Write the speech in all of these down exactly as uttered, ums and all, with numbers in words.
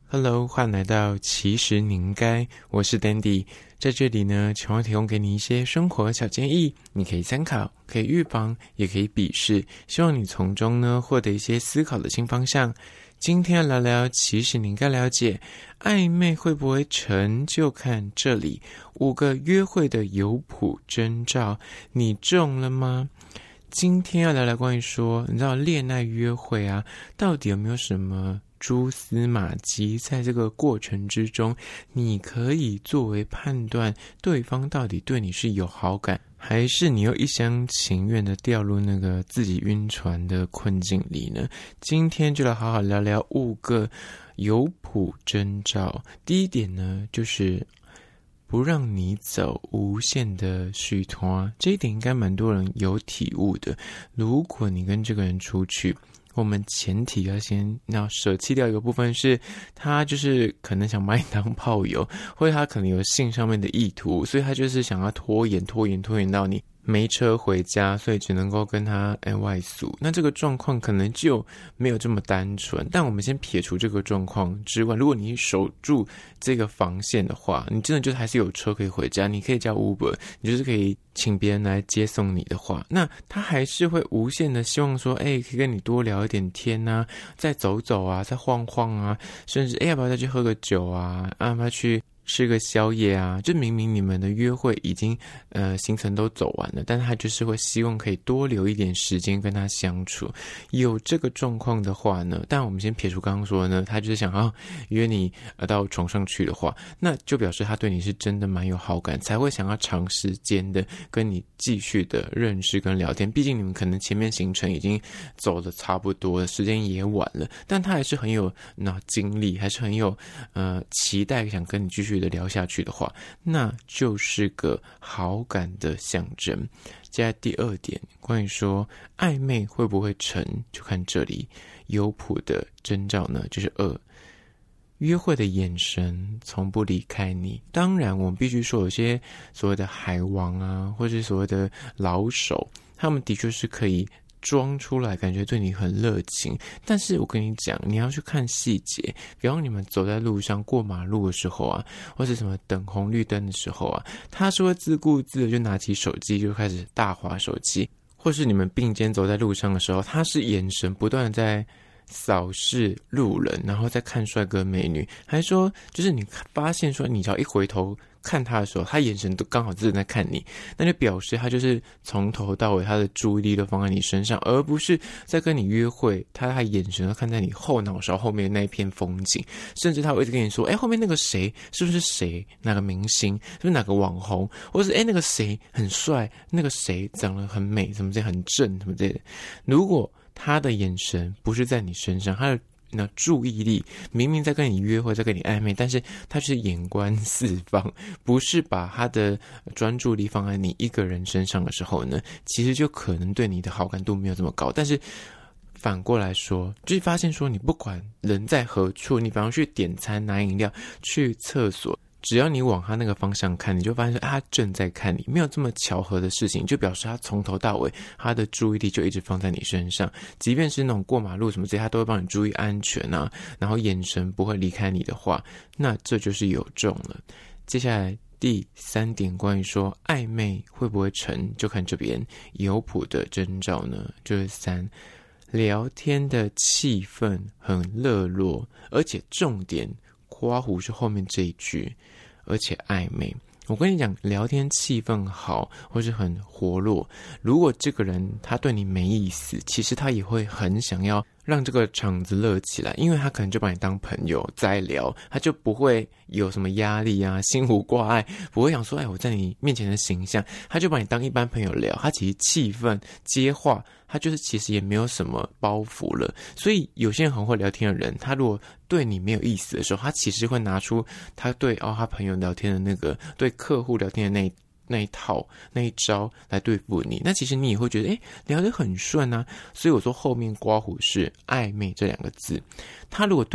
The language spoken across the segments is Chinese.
Hello， 欢迎来到其实你应该，我是 Dandy， 在这里呢，希望提供给你一些生活小建议，你可以参考，可以预防，也可以比视，希望你从中呢获得一些思考的新方向。今天要聊聊，其实你应该了解，暧昧会不会成就看这里，五个约会的有谱征兆，你中了吗？今天要聊聊关于说，你知道恋爱约会啊，到底有没有什么蛛丝马迹，在这个过程之中，你可以作为判断对方到底对你是有好感，还是你又一厢情愿的掉入那个自己晕船的困境里呢？今天就来好好聊聊五个有谱征兆。第一点呢，就是不让你走无限的续托，这一点应该蛮多人有体悟的。如果你跟这个人出去，我们前提要先要舍弃掉一个部分，是他就是可能想把你当炮友，或者他可能有性上面的意图，所以他就是想要拖延拖延拖延到你没车回家，所以只能够跟他哎外宿。那这个状况可能就没有这么单纯。但我们先撇除这个状况之外，如果你守住这个防线的话，你真的就是还是有车可以回家，你可以叫 Uber， 你就是可以请别人来接送你的话，那他还是会无限的希望说，哎，可以跟你多聊一点天啊，再走走啊，再晃晃啊，甚至哎要不要再去喝个酒啊，啊要不要去吃个宵夜啊，就明明你们的约会已经呃行程都走完了，但他就是会希望可以多留一点时间跟他相处。有这个状况的话呢，但我们先撇除刚刚说的呢，他就是想要约你呃到床上去的话，那就表示他对你是真的蛮有好感，才会想要长时间的跟你继续的认识跟聊天。毕竟你们可能前面行程已经走的差不多了，时间也晚了，但他还是很有那精力，还是很有呃期待想跟你继续的聊下去的话，那就是个好感的象征。接下来第二点，关于说暧昧会不会成，就看这里有谱的征兆呢，就是二，约会的眼神从不离开你。当然我们必须说，有些所谓的海王啊，或是所谓的老手，他们的确是可以装出来感觉对你很热情，但是我跟你讲，你要去看细节。比方你们走在路上过马路的时候啊，或是什么等红绿灯的时候啊，他是会自顾自的就拿起手机就开始大滑手机，或是你们并肩走在路上的时候，他是眼神不断的在扫视路人，然后再看帅哥美女，还说就是你发现说你只要一回头看他的时候，他眼神都刚好真的在看你，那就表示他就是从头到尾他的注意力都放在你身上，而不是在跟你约会，他他眼神都看在你后脑勺后面的那一片风景，甚至他会一直跟你说，哎，后面那个谁是不是谁，哪个明星，是不是哪个网红，或者是哎那个谁很帅，那个谁长得很美，什么这很正什么这的。如果他的眼神不是在你身上，他的那注意力明明在跟你约会，在跟你暧昧，但是他是眼观四方，不是把他的专注力放在你一个人身上的时候呢，其实就可能对你的好感度没有这么高。但是反过来说，就是发现说，你不管人在何处，你比方去点餐、拿饮料、去厕所，只要你往他那个方向看，你就发现说、啊、他正在看你，没有这么巧合的事情，就表示他从头到尾他的注意力就一直放在你身上，即便是那种过马路什么这些，他都会帮你注意安全啊，然后眼神不会离开你的话，那这就是有中了。接下来第三点，关于说暧昧会不会成，就看这边有谱的征兆呢，就是三，聊天的气氛很热络，而且重点括弧是后面这一句，而且暧昧。我跟你讲，聊天气氛好或是很活络，如果这个人他对你没意思，其实他也会很想要让这个场子热起来，因为他可能就把你当朋友在聊，他就不会有什么压力啊，心无挂碍，不会想说哎我在你面前的形象，他就把你当一般朋友聊，他其实气氛接话，他就是其实也没有什么包袱了。所以有些人很会聊天的人，他如果对你没有意思的时候，他其实会拿出他对哦他朋友聊天的那个，对客户聊天的那那一套那一招来对付你，那其实你也会觉得诶聊得很顺啊。所以我说后面括弧是暧昧这两个字，他如果对你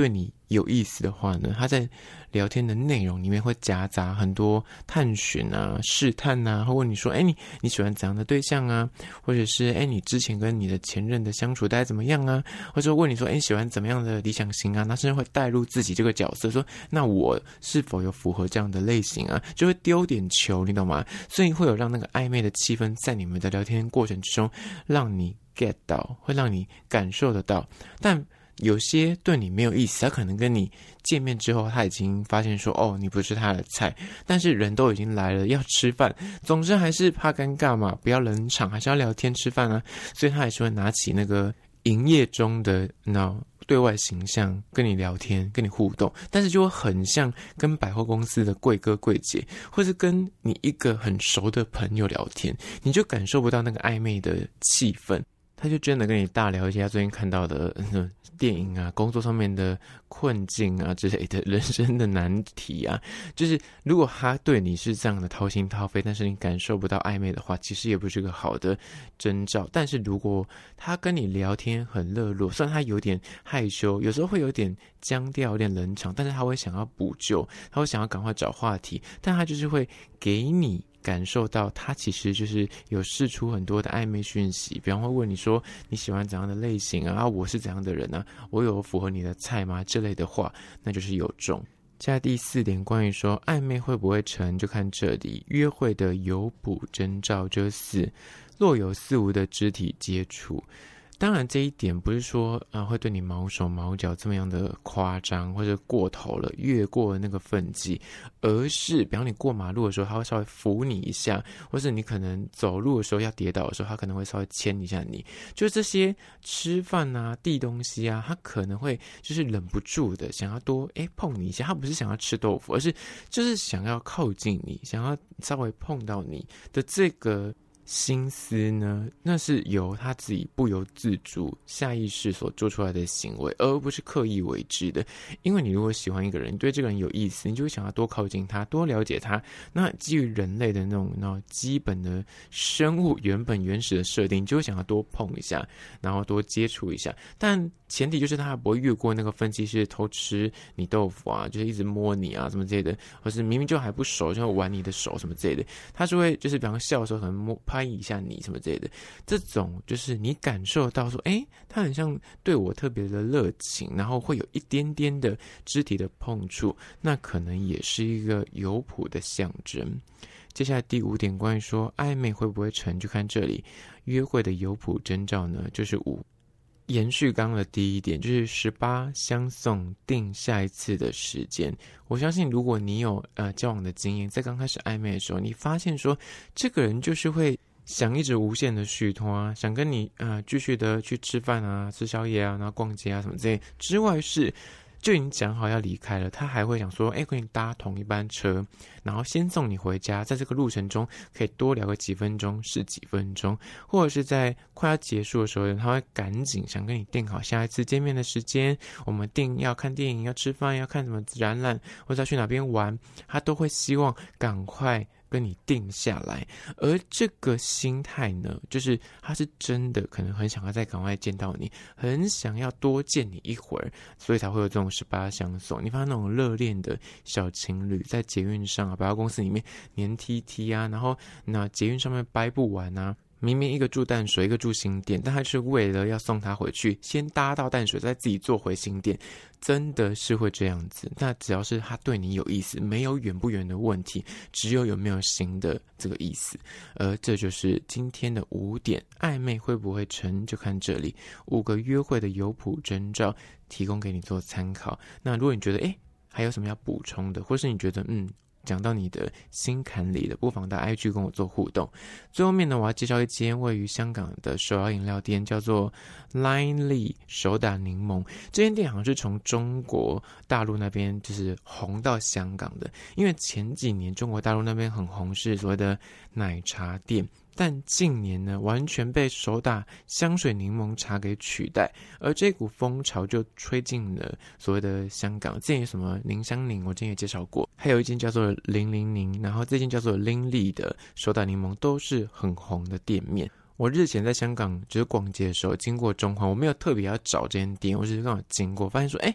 有意思的话呢，他在聊天的内容里面会夹杂很多探寻啊、试探啊，会问你说，哎，你你喜欢怎样的对象啊？或者是哎，你之前跟你的前任的相处大概怎么样啊？或者问你说，哎，喜欢怎么样的理想型啊？那甚至会带入自己这个角色，说那我是否有符合这样的类型啊？就会丢点球，你懂吗？所以会有让那个暧昧的气氛在你们的聊天过程之中，让你 get 到，会让你感受得到。但有些对你没有意思，他可能跟你见面之后，他已经发现说，哦，你不是他的菜，但是人都已经来了，要吃饭，总之还是怕尴尬嘛，不要冷场，还是要聊天吃饭啊，所以他还是会拿起那个营业中的那对外形象跟你聊天，跟你互动，但是就会很像跟百货公司的柜哥柜姐，或是跟你一个很熟的朋友聊天，你就感受不到那个暧昧的气氛。他就真的跟你大聊一些他最近看到的、嗯、电影啊、工作上面的困境啊之类的人生的难题啊，就是如果他对你是这样的掏心掏肺，但是你感受不到暧昧的话，其实也不是个好的征兆。但是如果他跟你聊天很热络，虽然他有点害羞，有时候会有点僵掉、有点冷场，但是他会想要补救，他会想要赶快找话题，但他就是会给你感受到他其实就是有释出很多的暧昧讯息，比方会问你说你喜欢怎样的类型啊，我是怎样的人啊，我有符合你的菜吗之类的话，那就是有中。接下来第四点，关于说暧昧会不会成，就看这里约会的有补征兆，就是若有似无的肢体接触。当然这一点不是说啊会对你毛手毛脚这么样的夸张或者过头了，越过那个分际，而是比方你过马路的时候他会稍微扶你一下，或是你可能走路的时候要跌倒的时候他可能会稍微牵一下你，就是这些吃饭啊递东西啊，他可能会就是忍不住的想要多诶碰你一下，他不是想要吃豆腐，而是就是想要靠近你，想要稍微碰到你的这个心思呢，那是由他自己不由自主下意识所做出来的行为，而不是刻意为之的。因为你如果喜欢一个人，你对这个人有意思，你就会想要多靠近他，多了解他。那基于人类的那种那种基本的生物原本原始的设定，你就会想要多碰一下，然后多接触一下。但前提就是他不会越过那个分歧，是偷吃你豆腐啊，就是一直摸你啊什么之类的，或是明明就还不熟就玩你的手什么之类的，他是会就是比方笑的时候可能摸拍一下你什么之类的，这种就是你感受到说，诶，他很像对我特别的热情，然后会有一点点的肢体的碰触，那可能也是一个有谱的象征。接下来第五点，关于说暧昧会不会成，就看这里约会的有谱征兆呢，就是五。延续刚刚的第一点，就是十八相送定下一次的时间。我相信如果你有呃交往的经验，在刚开始暧昧的时候，你发现说这个人就是会想一直无限的续托啊，想跟你呃继续的去吃饭啊、吃宵夜啊，然后逛街啊什么之类之外是。就已经讲好要离开了，他还会想说，哎，跟你搭同一班车，然后先送你回家，在这个路程中可以多聊个几分钟，是几分钟，或者是在快要结束的时候，他会赶紧想跟你定好下一次见面的时间，我们定要看电影、要吃饭、要看什么展览，或者要去哪边玩，他都会希望赶快跟你定下来。而这个心态呢，就是他是真的可能很想要再赶快见到你，很想要多见你一会儿，所以才会有这种十八相送。你发现那种热恋的小情侣在捷运上啊、百货公司里面黏 T T 啊，然后那捷运上面掰不完啊，明明一个住淡水一个住新店，但他是为了要送他回去，先搭到淡水再自己坐回新店，真的是会这样子。那只要是他对你有意思，没有远不远的问题，只有有没有心的这个意思。而这就是今天的五点，暧昧会不会成，就看这里五个约会的有谱征兆，提供给你做参考。那如果你觉得诶还有什么要补充的，或是你觉得嗯讲到你的心坎里的，不妨到 I G 跟我做互动。最后面呢，我要介绍一间位于香港的手摇饮料店，叫做 Line Lee 手打柠檬。这间店好像是从中国大陆那边就是红到香港的，因为前几年中国大陆那边很红是所谓的奶茶店，但近年呢，完全被手打香水柠檬茶给取代，而这股风潮就吹进了所谓的香港。之前有什么宁香柠，我之前也介绍过，还有一间叫做零零宁，然后这间叫做林立的手打柠檬，都是很红的店面。我日前在香港就是逛街的时候，经过中环，我没有特别要找这间店，我只是刚好经过，发现说，哎。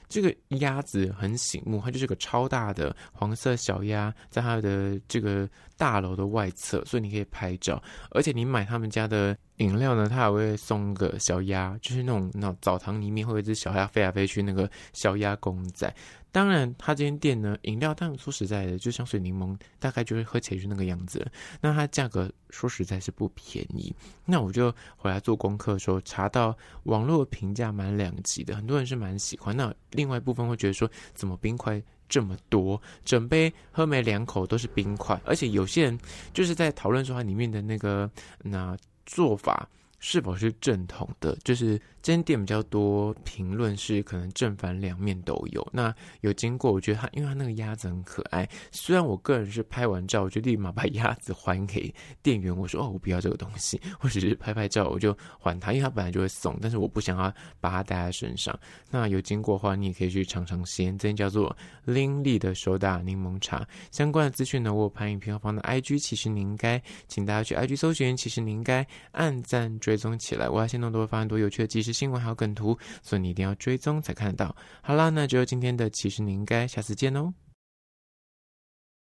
这个鸭子很醒目，它就是个超大的黄色小鸭，在它的这个大楼的外侧，所以你可以拍照。而且你买他们家的饮料呢，它还会送个小鸭，就是那种那种澡堂里面会有一只小鸭飞来飞去，那个小鸭公仔。当然它这间店呢，饮料当然说实在的，就香水柠檬大概就会喝起来就那个样子了，那它价格说实在是不便宜。那我就回来做功课的时候查到网络评价蛮两极的，很多人是蛮喜欢，那另外一部分会觉得说怎么冰块这么多，整杯喝没两口都是冰块，而且有些人就是在讨论说它里面的那个那做法是否是正统的，就是这间店比较多评论是可能正反两面都有。那有经过，我觉得它因为它那个鸭子很可爱，虽然我个人是拍完照我就立马把鸭子还给店员，我说哦我不要这个东西，或者是拍拍照我就还他，因为他本来就会送，但是我不想要把它带在身上。那有经过的话你也可以去尝尝鲜，这间叫做林立的手打柠檬茶。相关的资讯呢我有拍影片后放到 I G， 其实你应该请大家去 I G 搜寻，其实你应该按赞追踪起来，我在限动都会发很多有趣的即时新闻还有梗图，所以你一定要追踪才看得到。好啦，那就今天的其实你应该，下次见哦。